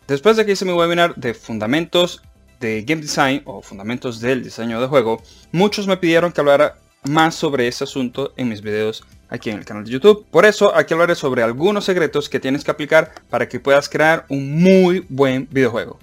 Después de que hice mi webinar de fundamentos de game design o fundamentos del diseño de juego, muchos me pidieron que hablara más sobre ese asunto en mis videos aquí en el canal de YouTube. Por eso aquí hablaré sobre algunos secretos que tienes que aplicar para que puedas crear un muy buen videojuego.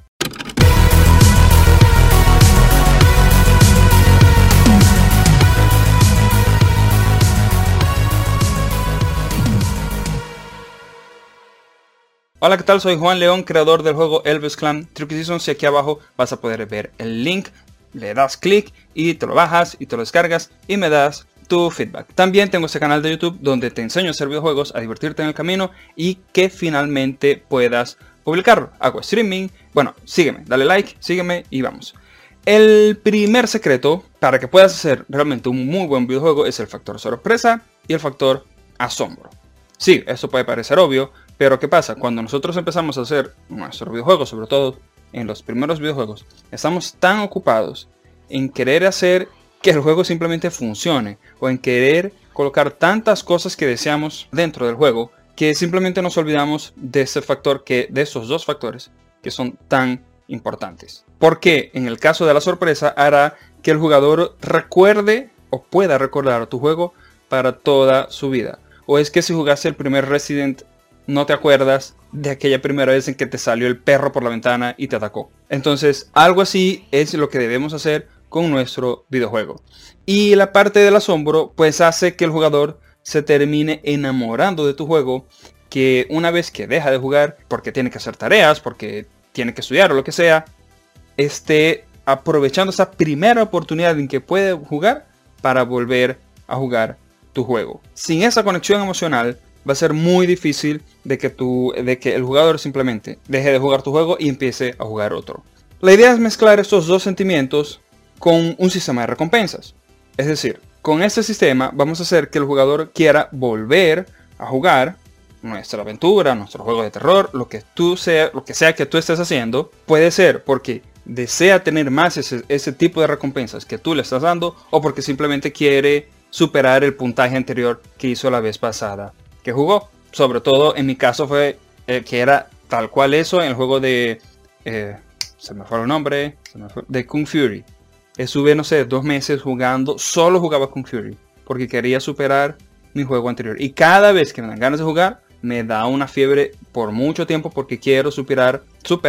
Hola, ¿qué tal? Soy Juan León, creador del juego Elves Clan Tricky Seasons, y aquí abajo vas a poder ver el link, le das clic y te lo bajas y te lo descargas y me das tu feedback. También tengo este canal de YouTube donde te enseño a hacer videojuegos, a divertirte en el camino y que finalmente puedas publicarlo. Hago streaming, bueno, sígueme, dale like, sígueme y vamos. El primer secreto para que puedas hacer realmente un muy buen videojuego es el factor sorpresa y el factor asombro. Sí, esto puede parecer obvio, pero ¿qué pasa? Cuando nosotros empezamos a hacer nuestro videojuego, sobre todo en los primeros videojuegos, estamos tan ocupados en querer hacer que el juego simplemente funcione o en querer colocar tantas cosas que deseamos dentro del juego que simplemente nos olvidamos de ese factor, de esos dos factores que son tan importantes. Porque en el caso de la sorpresa hará que el jugador recuerde o pueda recordar tu juego para toda su vida. O es que si jugaste el primer Resident no te acuerdas de aquella primera vez en que te salió el perro por la ventana y te atacó. Entonces, algo así es lo que debemos hacer con nuestro videojuego. Y la parte del asombro, pues hace que el jugador se termine enamorando de tu juego, que una vez que deja de jugar, porque tiene que hacer tareas, porque tiene que estudiar o lo que sea, esté aprovechando esa primera oportunidad en que puede jugar para volver a jugar tu juego. Sin esa conexión emocional, va a ser muy difícil de que el jugador simplemente deje de jugar tu juego y empiece a jugar otro. La idea es mezclar estos dos sentimientos con un sistema de recompensas. Es decir, con este sistema vamos a hacer que el jugador quiera volver a jugar nuestra aventura, nuestro juego de terror, lo que sea que tú estés haciendo. Puede ser porque desea tener más ese tipo de recompensas que tú le estás dando, o porque simplemente quiere superar el puntaje anterior que hizo la vez pasada que jugó. Sobre todo en mi caso fue que era tal cual eso en el juego de se me fue el nombre, de Kung Fury. Estuve, no sé, 2 meses jugando, solo jugaba Kung Fury porque quería superar mi juego anterior, y cada vez que me dan ganas de jugar me da una fiebre por mucho tiempo porque quiero superar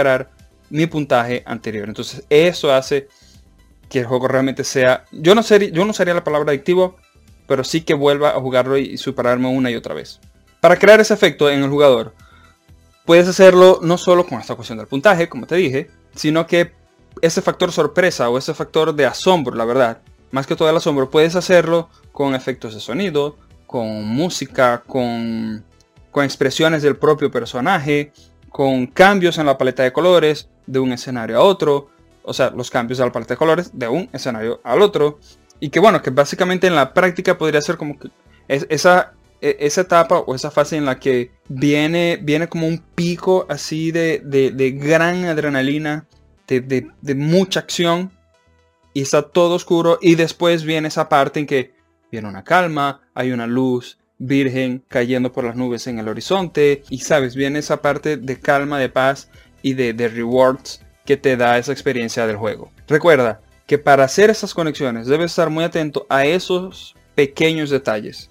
mi puntaje anterior. Entonces eso hace que el juego realmente sea, yo no usaría la palabra adictivo, pero sí que vuelva a jugarlo y superarme una y otra vez. Para crear ese efecto en el jugador, puedes hacerlo no solo con esta cuestión del puntaje, como te dije, sino que ese factor sorpresa o ese factor de asombro, la verdad, más que todo el asombro, puedes hacerlo con efectos de sonido, con música, con expresiones del propio personaje, con cambios en la paleta de colores de un escenario a otro, o sea, los cambios de la paleta de colores de un escenario al otro. Y que bueno, que básicamente en la práctica podría ser como que esa etapa o esa fase en la que viene como un pico así de gran adrenalina, de mucha acción, y está todo oscuro, y después viene esa parte en que viene una calma, hay una luz virgen cayendo por las nubes en el horizonte, y sabes, viene esa parte de calma, de paz y de rewards que te da esa experiencia del juego. Recuerda que para hacer esas conexiones debes estar muy atento a esos pequeños detalles.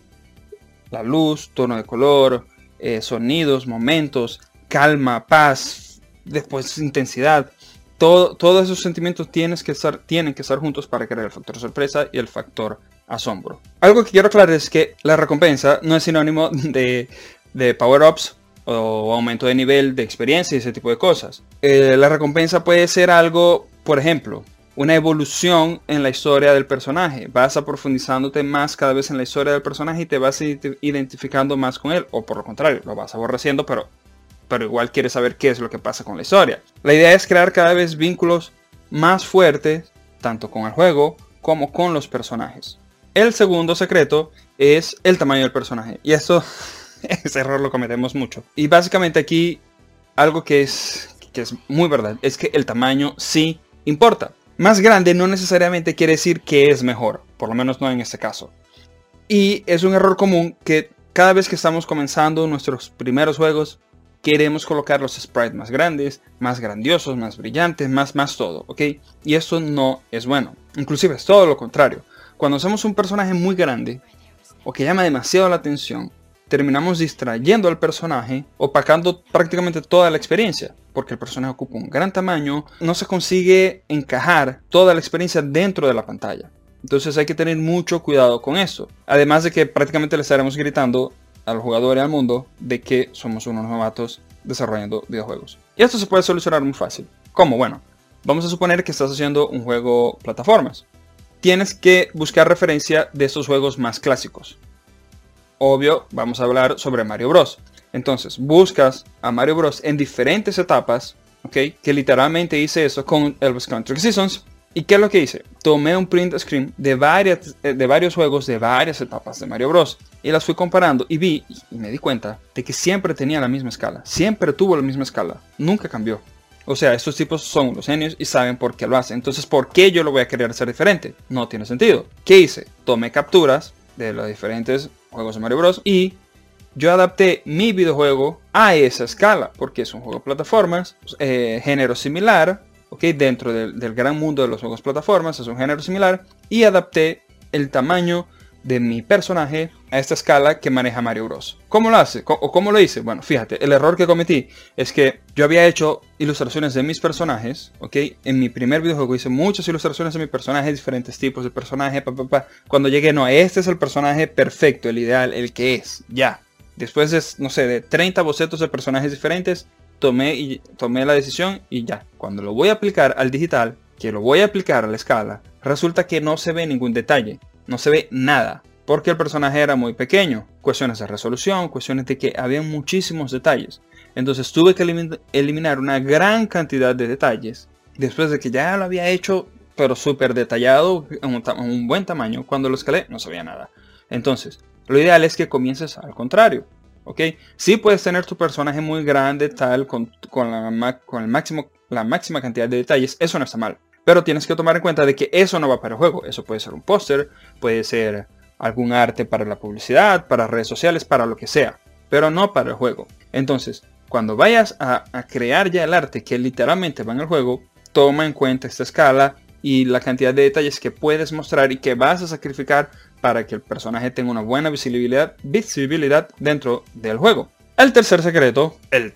La luz, tono de color, sonidos, momentos, calma, paz, después intensidad. Todos esos sentimientos tienen que estar juntos para crear el factor sorpresa y el factor asombro. Algo que quiero aclarar es que la recompensa no es sinónimo de power-ups o aumento de nivel, de experiencia y ese tipo de cosas. La recompensa puede ser algo, por ejemplo, una evolución en la historia del personaje. Vas a profundizándote más cada vez en la historia del personaje y te vas identificando más con él. O por lo contrario, lo vas aborreciendo, pero igual quieres saber qué es lo que pasa con la historia. La idea es crear cada vez vínculos más fuertes, tanto con el juego como con los personajes. El segundo secreto es el tamaño del personaje. Y ese error lo cometemos mucho. Y básicamente aquí algo que es muy verdad es que el tamaño sí importa. Más grande no necesariamente quiere decir que es mejor, por lo menos no en este caso. Y es un error común que cada vez que estamos comenzando nuestros primeros juegos, queremos colocar los sprites más grandes, más grandiosos, más brillantes, más todo, ¿ok? Y eso no es bueno. Inclusive es todo lo contrario. Cuando hacemos un personaje muy grande o que llama demasiado la atención, terminamos distrayendo al personaje, opacando prácticamente toda la experiencia, porque el personaje ocupa un gran tamaño, no se consigue encajar toda la experiencia dentro de la pantalla. Entonces hay que tener mucho cuidado con eso. Además de que prácticamente le estaremos gritando al jugador y al mundo de que somos unos novatos desarrollando videojuegos. Y esto se puede solucionar muy fácil. ¿Cómo? Bueno, vamos a suponer que estás haciendo un juego plataformas. Tienes que buscar referencia de esos juegos más clásicos. Obvio, vamos a hablar sobre Mario Bros. Entonces, buscas a Mario Bros en diferentes etapas, ¿ok? Que literalmente hice eso con Elvis Clan Trick Seasons. ¿Y qué es lo que hice? Tomé un print screen de varios juegos de varias etapas de Mario Bros. Y las fui comparando y vi y me di cuenta de que siempre tenía la misma escala. Siempre tuvo la misma escala. Nunca cambió. O sea, estos tipos son los genios y saben por qué lo hacen. Entonces, ¿por qué yo lo voy a querer hacer diferente? No tiene sentido. ¿Qué hice? Tomé capturas de los diferentes juegos de Mario Bros. Y yo adapté mi videojuego a esa escala. Porque es un juego de plataformas, género similar. ¿Ok? Dentro del gran mundo de los juegos plataformas es un género similar. Y adapté el tamaño de mi personaje a esta escala que maneja Mario Bros. ¿Cómo lo hace? ¿O cómo lo hice? Bueno, fíjate, el error que cometí es que yo había hecho ilustraciones de mis personajes, ¿ok? En mi primer videojuego hice muchas ilustraciones de mi personaje, diferentes tipos de personaje, Cuando llegué, no, este es el personaje perfecto, el ideal, el que es, ya. Después de, no sé, de 30 bocetos de personajes diferentes, tomé la decisión y ya. Cuando lo voy a aplicar al digital, que lo voy a aplicar a la escala, resulta que no se ve ningún detalle. No se ve nada, porque el personaje era muy pequeño. Cuestiones de resolución, cuestiones de que había muchísimos detalles. Entonces tuve que eliminar una gran cantidad de detalles. Después de que ya lo había hecho, pero súper detallado, en un buen tamaño. Cuando lo escalé, no se veía nada. Entonces, lo ideal es que comiences al contrario. ¿Ok? Sí puedes tener tu personaje muy grande, tal, con la máxima cantidad de detalles. Eso no está mal. Pero tienes que tomar en cuenta de que eso no va para el juego. Eso puede ser un póster, puede ser algún arte para la publicidad, para redes sociales, para lo que sea. Pero no para el juego. Entonces, cuando vayas a crear ya el arte que literalmente va en el juego, toma en cuenta esta escala y la cantidad de detalles que puedes mostrar y que vas a sacrificar para que el personaje tenga una buena visibilidad dentro del juego. El tercer secreto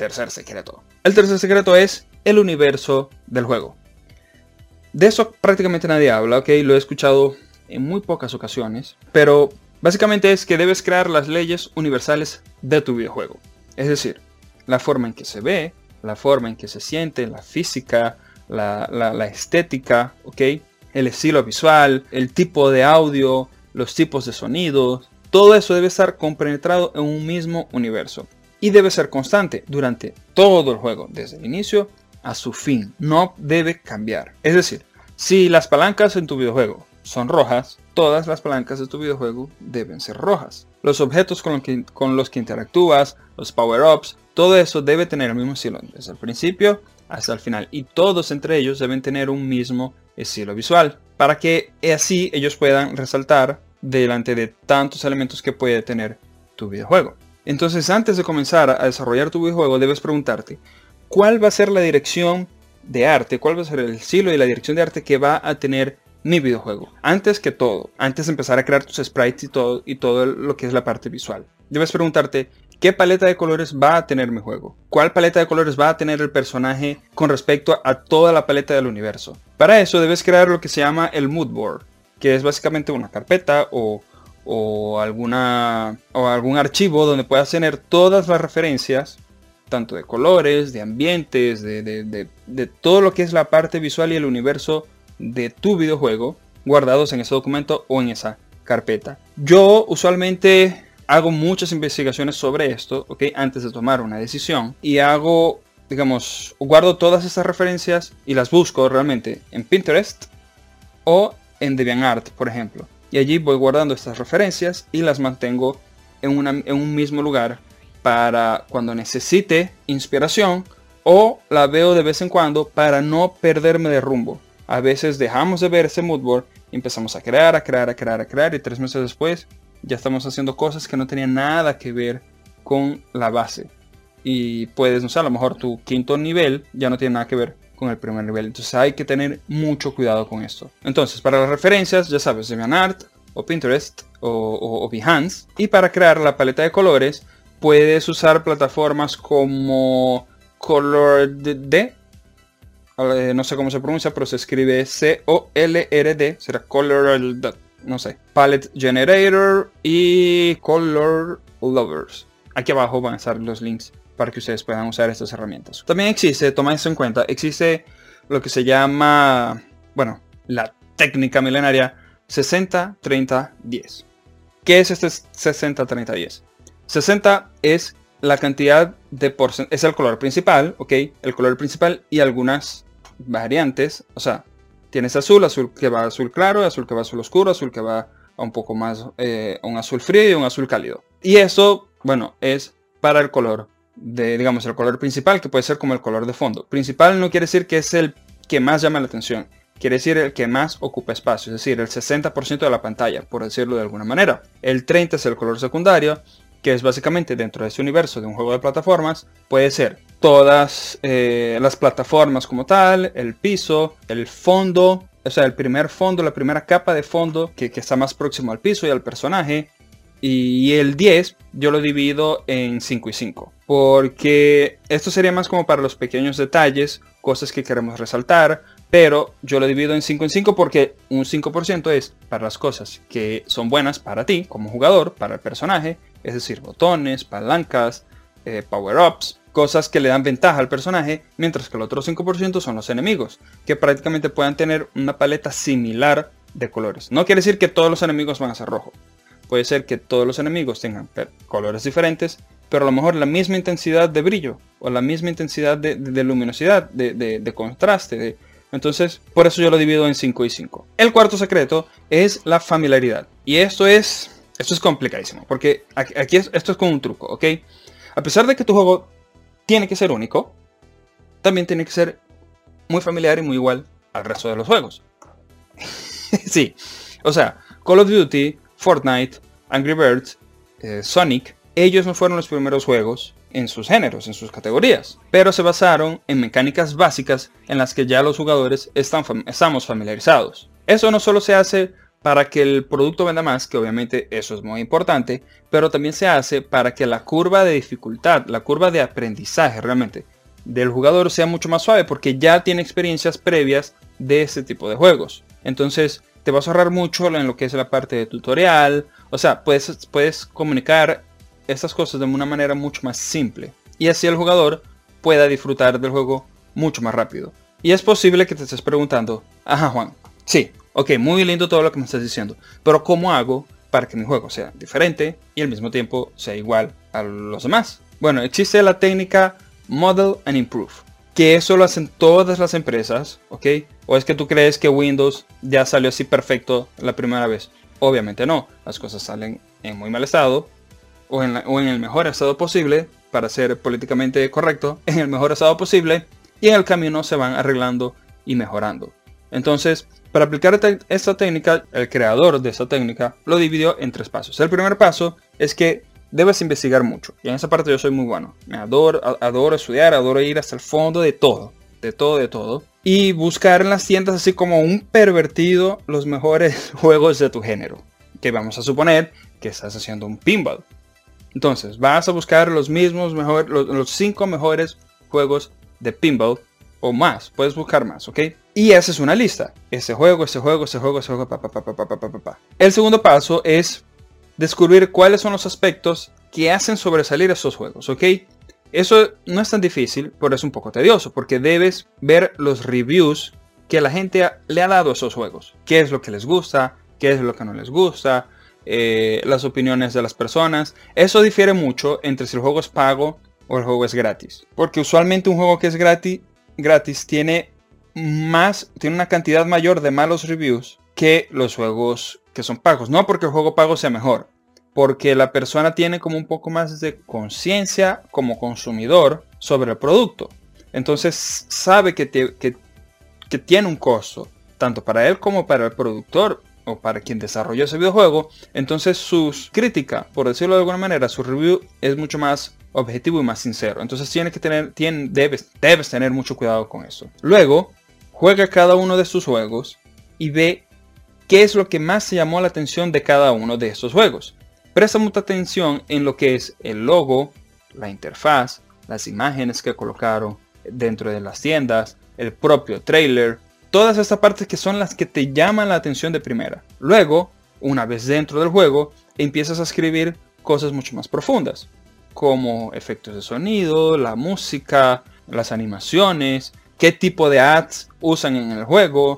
es el universo del juego. De eso prácticamente nadie habla, ¿ok? Lo he escuchado en muy pocas ocasiones. Pero básicamente es que debes crear las leyes universales de tu videojuego. Es decir, la forma en que se ve, la forma en que se siente, la física, la estética, ¿ok? El estilo visual, el tipo de audio, los tipos de sonidos. Todo eso debe estar compenetrado en un mismo universo. Y debe ser constante durante todo el juego, desde el inicio a su fin. No debe cambiar. Es decir, si las palancas en tu videojuego son rojas, todas las palancas de tu videojuego deben ser rojas. Los objetos con los que interactúas, los power-ups, todo eso debe tener el mismo estilo desde el principio hasta el final. Y todos entre ellos deben tener un mismo estilo visual, para que así ellos puedan resaltar delante de tantos elementos que puede tener tu videojuego. Entonces, antes de comenzar a desarrollar tu videojuego, debes preguntarte ¿cuál va a ser la dirección de arte? ¿Cuál va a ser el estilo y la dirección de arte que va a tener mi videojuego? Antes que todo, antes de empezar a crear tus sprites y todo lo que es la parte visual, debes preguntarte ¿qué paleta de colores va a tener mi juego? ¿Cuál paleta de colores va a tener el personaje con respecto a toda la paleta del universo? Para eso debes crear lo que se llama el mood board, que es básicamente una carpeta o algún archivo donde puedas tener todas las referencias, tanto de colores, de ambientes, de todo lo que es la parte visual y el universo de tu videojuego, guardados en ese documento o en esa carpeta. Yo usualmente hago muchas investigaciones sobre esto, ¿ok? Antes de tomar una decisión, y guardo todas esas referencias y las busco realmente en Pinterest o en DeviantArt, por ejemplo. Y allí voy guardando estas referencias y las mantengo en un mismo lugar para cuando necesite inspiración, o la veo de vez en cuando para no perderme de rumbo. A veces dejamos de ver ese mood board y empezamos a crear y 3 meses después ya estamos haciendo cosas que no tenían nada que ver con la base. y puedes, no sé, a lo mejor tu quinto nivel ya no tiene nada que ver con el primer nivel. Entonces hay que tener mucho cuidado con esto. Entonces, para las referencias, ya sabes, DeviantArt o Pinterest o Behance. Y para crear la paleta de colores, puedes usar plataformas como ColorD. No sé cómo se pronuncia, pero se escribe COLRD. Será ColorD, no sé. Palette Generator y Color Lovers. Aquí abajo van a estar los links para que ustedes puedan usar estas herramientas. También existe, toma eso en cuenta, existe lo que se llama, bueno, la técnica milenaria 60-30-10. ¿Qué es este 60-30-10? 60 es la cantidad de porcentaje, es el color principal, ¿ok? El color principal y algunas variantes, o sea, tienes azul, azul que va a azul claro, azul que va a azul oscuro, azul que va a un poco más, un azul frío y un azul cálido. Y eso, bueno, es para el color digamos, el color principal, que puede ser como el color de fondo. Principal no quiere decir que es el que más llama la atención, quiere decir el que más ocupa espacio, es decir, el 60% de la pantalla, por decirlo de alguna manera. El 30 es el color secundario, que es básicamente dentro de este universo de un juego de plataformas, puede ser todas las plataformas como tal, el piso, el fondo, o sea, el primer fondo, la primera capa de fondo que está más próximo al piso y al personaje. Y el 10 yo lo divido en 5 y 5. Porque esto sería más como para los pequeños detalles, cosas que queremos resaltar. Pero yo lo divido en 5 en 5 porque un 5% es para las cosas que son buenas para ti como jugador, para el personaje. Es decir, botones, palancas, power-ups, cosas que le dan ventaja al personaje. Mientras que el otro 5% son los enemigos, que prácticamente puedan tener una paleta similar de colores. No quiere decir que todos los enemigos van a ser rojo. Puede ser que todos los enemigos tengan colores diferentes, pero a lo mejor la misma intensidad de brillo o la misma intensidad de luminosidad, de contraste. Entonces, por eso yo lo divido en 5 y 5. El cuarto secreto es la familiaridad. Y esto es complicadísimo, porque aquí esto es como un truco, ¿ok? A pesar de que tu juego tiene que ser único, también tiene que ser muy familiar y muy igual al resto de los juegos. Sí, o sea, Call of Duty, Fortnite, Angry Birds, Sonic, ellos no fueron los primeros juegos en sus géneros, en sus categorías, pero se basaron en mecánicas básicas en las que ya los jugadores estamos familiarizados. Eso no solo se hace para que el producto venda más, que obviamente eso es muy importante, pero también se hace para que la curva de dificultad, la curva de aprendizaje realmente del jugador sea mucho más suave, porque ya tiene experiencias previas de este tipo de juegos. Entonces te vas a ahorrar mucho en lo que es la parte de tutorial. O sea, puedes comunicar estas cosas de una manera mucho más simple. Y así el jugador pueda disfrutar del juego mucho más rápido. Y es posible que te estés preguntando, ajá Juan, sí, ok, muy lindo todo lo que me estás diciendo, pero ¿cómo hago para que mi juego sea diferente y al mismo tiempo sea igual a los demás? Bueno, existe la técnica Model and Improve, que eso lo hacen todas las empresas, ¿ok? ¿O es que tú crees que Windows ya salió así perfecto la primera vez? Obviamente no, las cosas salen en muy mal estado, o en el mejor estado posible, para ser políticamente correcto, en el mejor estado posible, y en el camino se van arreglando y mejorando. Entonces, para aplicar esta técnica, el creador de esta técnica lo dividió en 3 pasos. El primer paso es que debes investigar mucho. Y en esa parte yo soy muy bueno. Me adoro estudiar, adoro ir hasta el fondo de todo. De todo. Y buscar en las tiendas así como un pervertido los mejores juegos de tu género. Que vamos a suponer que estás haciendo un pinball. Entonces vas a buscar los 5 mejores juegos de pinball o más. Puedes buscar más, ¿ok? Y esa es una lista. Ese juego. El segundo paso es descubrir cuáles son los aspectos que hacen sobresalir estos juegos, ¿ok? Eso no es tan difícil, pero es un poco tedioso, porque debes ver los reviews que la gente le ha dado a esos juegos. ¿Qué es lo que les gusta? ¿Qué es lo que no les gusta? Las opiniones de las personas. Eso difiere mucho entre si el juego es pago o el juego es gratis. Porque usualmente un juego que es gratis tiene una cantidad mayor de malos reviews que los juegos que son pagos. No porque el juego pago sea mejor, porque la persona tiene como un poco más de conciencia como consumidor sobre el producto. Entonces sabe que tiene un costo, tanto para él como para el productor o para quien desarrolló ese videojuego. Entonces su crítica, por decirlo de alguna manera, su review es mucho más objetivo y más sincero. Entonces debes tener mucho cuidado con eso. Luego, juega cada uno de estos juegos y ve qué es lo que más te llamó la atención de cada uno de estos juegos. Presta mucha atención en lo que es el logo, la interfaz, las imágenes que colocaron dentro de las tiendas, el propio trailer, todas estas partes que son las que te llaman la atención de primera. Luego, una vez dentro del juego, empiezas a escribir cosas mucho más profundas, como efectos de sonido, la música, las animaciones, qué tipo de ads usan en el juego,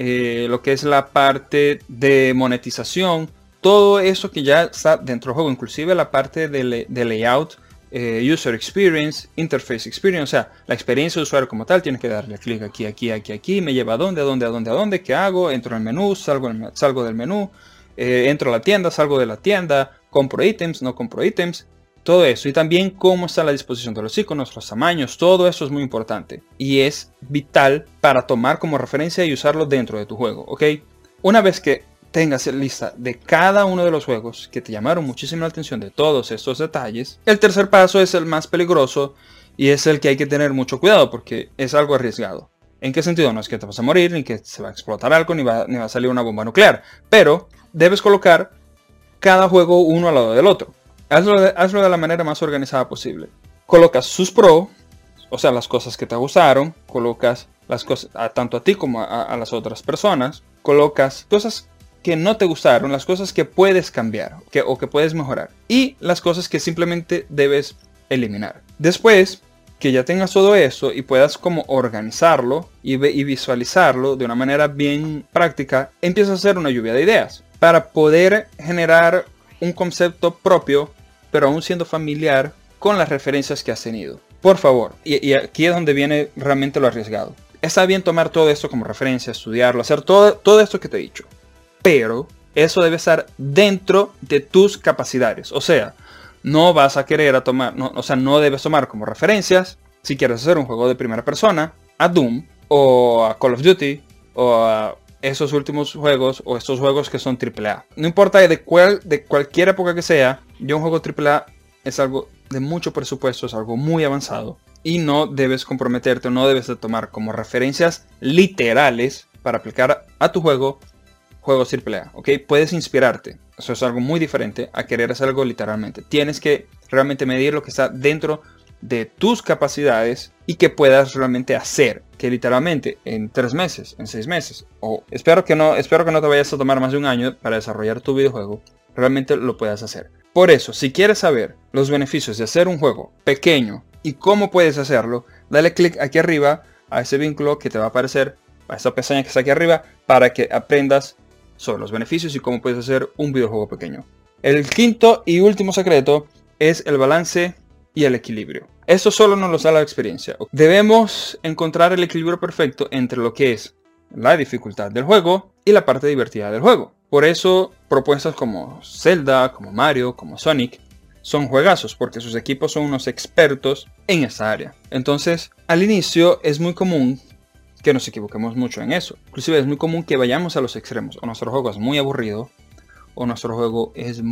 lo que es la parte de monetización, todo eso que ya está dentro del juego, inclusive la parte de layout, user experience, interface experience, o sea, la experiencia de usuario como tal. Tienes que darle clic aquí, me lleva a dónde, qué hago, entro al menú, salgo del menú, entro a la tienda, salgo de la tienda, compro ítems, no compro ítems, todo eso. Y también cómo está la disposición de los iconos, los tamaños, todo eso es muy importante y es vital para tomar como referencia y usarlo dentro de tu juego, ¿ok? Una vez que tengas lista de cada uno de los juegos que te llamaron muchísimo la atención de todos estos detalles, el tercer paso es el más peligroso y es el que hay que tener mucho cuidado porque es algo arriesgado. ¿En qué sentido? No es que te vas a morir, ni que se va a explotar algo, ni va a salir una bomba nuclear, pero debes colocar cada juego uno al lado del otro. Hazlo de la manera más organizada posible. Colocas sus pros, o sea, las cosas que te gustaron, colocas las cosas tanto a ti como a las otras personas, colocas cosas que no te gustaron, las cosas que puedes cambiar o que puedes mejorar y las cosas que simplemente debes eliminar. Después que ya tengas todo eso y puedas como organizarlo y visualizarlo de una manera bien práctica, empieza a hacer una lluvia de ideas para poder generar un concepto propio, pero aún siendo familiar con las referencias que has tenido. Por favor, y aquí es donde viene realmente lo arriesgado. Está bien tomar todo esto como referencia, estudiarlo, hacer todo esto que te he dicho, pero eso debe estar dentro de tus capacidades. O sea, no vas a querer no debes tomar como referencias, si quieres hacer un juego de primera persona, a Doom o a Call of Duty o a esos últimos juegos o estos juegos que son AAA. No importa de cualquier época que sea, ya un juego AAA es algo de mucho presupuesto, es algo muy avanzado y no debes comprometerte, no debes de tomar como referencias literales para aplicar a tu juegos AAA, ¿ok? Puedes inspirarte, eso es algo muy diferente a querer hacer algo literalmente. Tienes que realmente medir lo que está dentro de tus capacidades y que puedas realmente hacer, que literalmente en 3 meses, en 6 meses, o espero que no te vayas a tomar más de un año para desarrollar tu videojuego, realmente lo puedas hacer. Por eso, si quieres saber los beneficios de hacer un juego pequeño y cómo puedes hacerlo, dale clic aquí arriba a ese vínculo que te va a aparecer, a esta pestaña que está aquí arriba, para que aprendas sobre los beneficios y cómo puedes hacer un videojuego pequeño. El quinto y último secreto es el balance y el equilibrio. Esto solo nos lo da la experiencia. Debemos encontrar el equilibrio perfecto entre lo que es la dificultad del juego y la parte divertida del juego. Por eso propuestas como Zelda, como Mario, como Sonic son juegazos, porque sus equipos son unos expertos en esa área. Entonces, al inicio es muy común que nos equivoquemos mucho en eso. Inclusive es muy común que vayamos a los extremos. O nuestro juego es muy aburrido, o nuestro juego es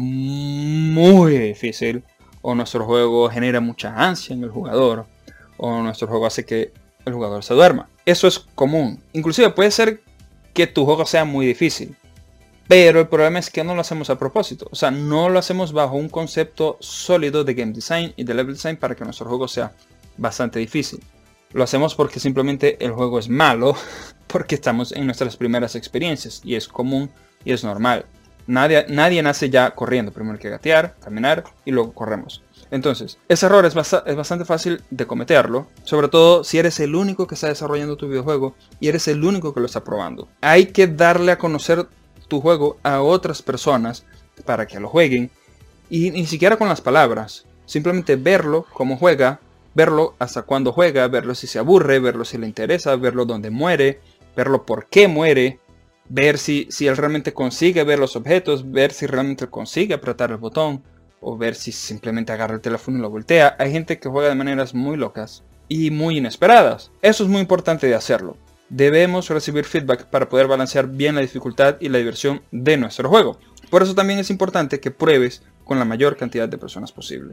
muy difícil, o nuestro juego genera mucha ansia en el jugador, o nuestro juego hace que el jugador se duerma. Eso es común. Inclusive puede ser que tu juego sea muy difícil, pero el problema es que no lo hacemos a propósito. O sea, no lo hacemos bajo un concepto sólido de game design y de level design para que nuestro juego sea bastante difícil. Lo hacemos porque simplemente el juego es malo, porque estamos en nuestras primeras experiencias y es común y es normal. Nadie nace ya corriendo, primero hay que gatear, caminar y luego corremos. Entonces, ese error es bastante fácil de cometerlo, sobre todo si eres el único que está desarrollando tu videojuego y eres el único que lo está probando. Hay que darle a conocer tu juego a otras personas para que lo jueguen y ni siquiera con las palabras, simplemente verlo cómo juega, verlo hasta cuándo juega, verlo si se aburre, verlo si le interesa, verlo dónde muere, verlo por qué muere, ver si él realmente consigue ver los objetos, ver si realmente consigue apretar el botón, o ver si simplemente agarra el teléfono y lo voltea. Hay gente que juega de maneras muy locas y muy inesperadas. Eso es muy importante de hacerlo. Debemos recibir feedback para poder balancear bien la dificultad y la diversión de nuestro juego. Por eso también es importante que pruebes con la mayor cantidad de personas posible.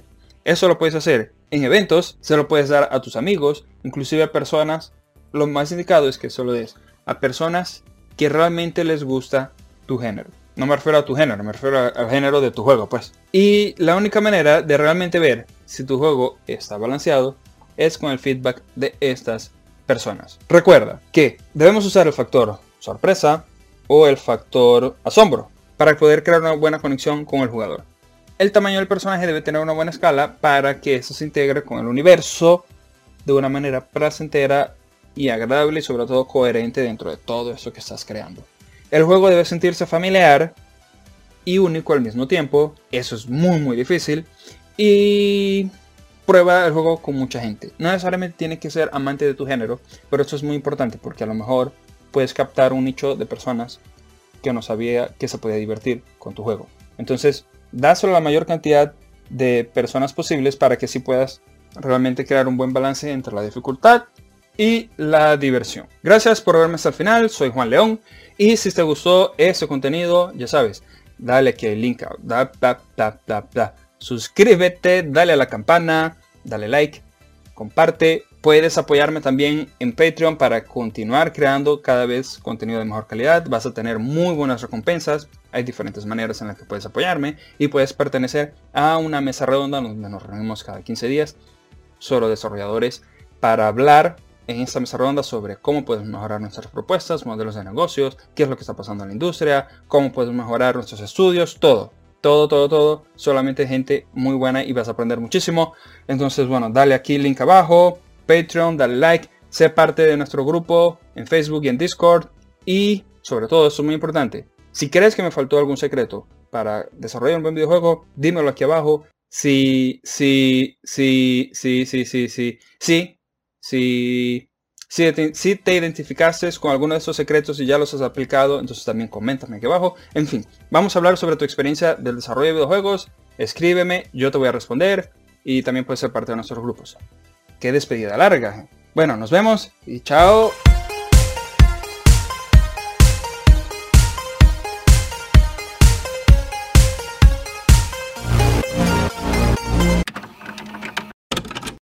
Eso lo puedes hacer en eventos, se lo puedes dar a tus amigos, inclusive a personas. Lo más indicado es que solo des a personas que realmente les gusta tu género. No me refiero a tu género, me refiero al género de tu juego, pues. Y la única manera de realmente ver si tu juego está balanceado es con el feedback de estas personas. Recuerda que debemos usar el factor sorpresa o el factor asombro para poder crear una buena conexión con el jugador. El tamaño del personaje debe tener una buena escala para que eso se integre con el universo de una manera placentera y agradable y sobre todo coherente dentro de todo eso que estás creando. El juego debe sentirse familiar y único al mismo tiempo. Eso es muy difícil. Y prueba el juego con mucha gente. No necesariamente tiene que ser amante de tu género, pero esto es muy importante porque a lo mejor puedes captar un nicho de personas que no sabía que se podía divertir con tu juego. Entonces, dáselo a la mayor cantidad de personas posibles para que así puedas realmente crear un buen balance entre la dificultad y la diversión. Gracias por verme hasta el final, soy Juan León y si te gustó este contenido, ya sabes, dale aquí el link, suscríbete, dale a la campana, dale like, comparte. Puedes apoyarme también en Patreon para continuar creando cada vez contenido de mejor calidad. Vas a tener muy buenas recompensas. Hay diferentes maneras en las que puedes apoyarme y puedes pertenecer a una mesa redonda donde nos reunimos cada 15 días, solo desarrolladores, para hablar en esta mesa redonda sobre cómo podemos mejorar nuestras propuestas, modelos de negocios, qué es lo que está pasando en la industria, cómo podemos mejorar nuestros estudios, todo, solamente gente muy buena y vas a aprender muchísimo. Entonces, bueno, dale aquí link abajo, Patreon, dale like, sé parte de nuestro grupo en Facebook y en Discord y sobre todo, esto es muy importante, si crees que me faltó algún secreto para desarrollar un buen videojuego, dímelo aquí abajo. Si te identificaste con alguno de estos secretos y ya los has aplicado, entonces también coméntame aquí abajo. En fin, vamos a hablar sobre tu experiencia del desarrollo de videojuegos. Escríbeme, yo te voy a responder y también puedes ser parte de nuestros grupos. Qué despedida larga. Bueno, nos vemos y chao.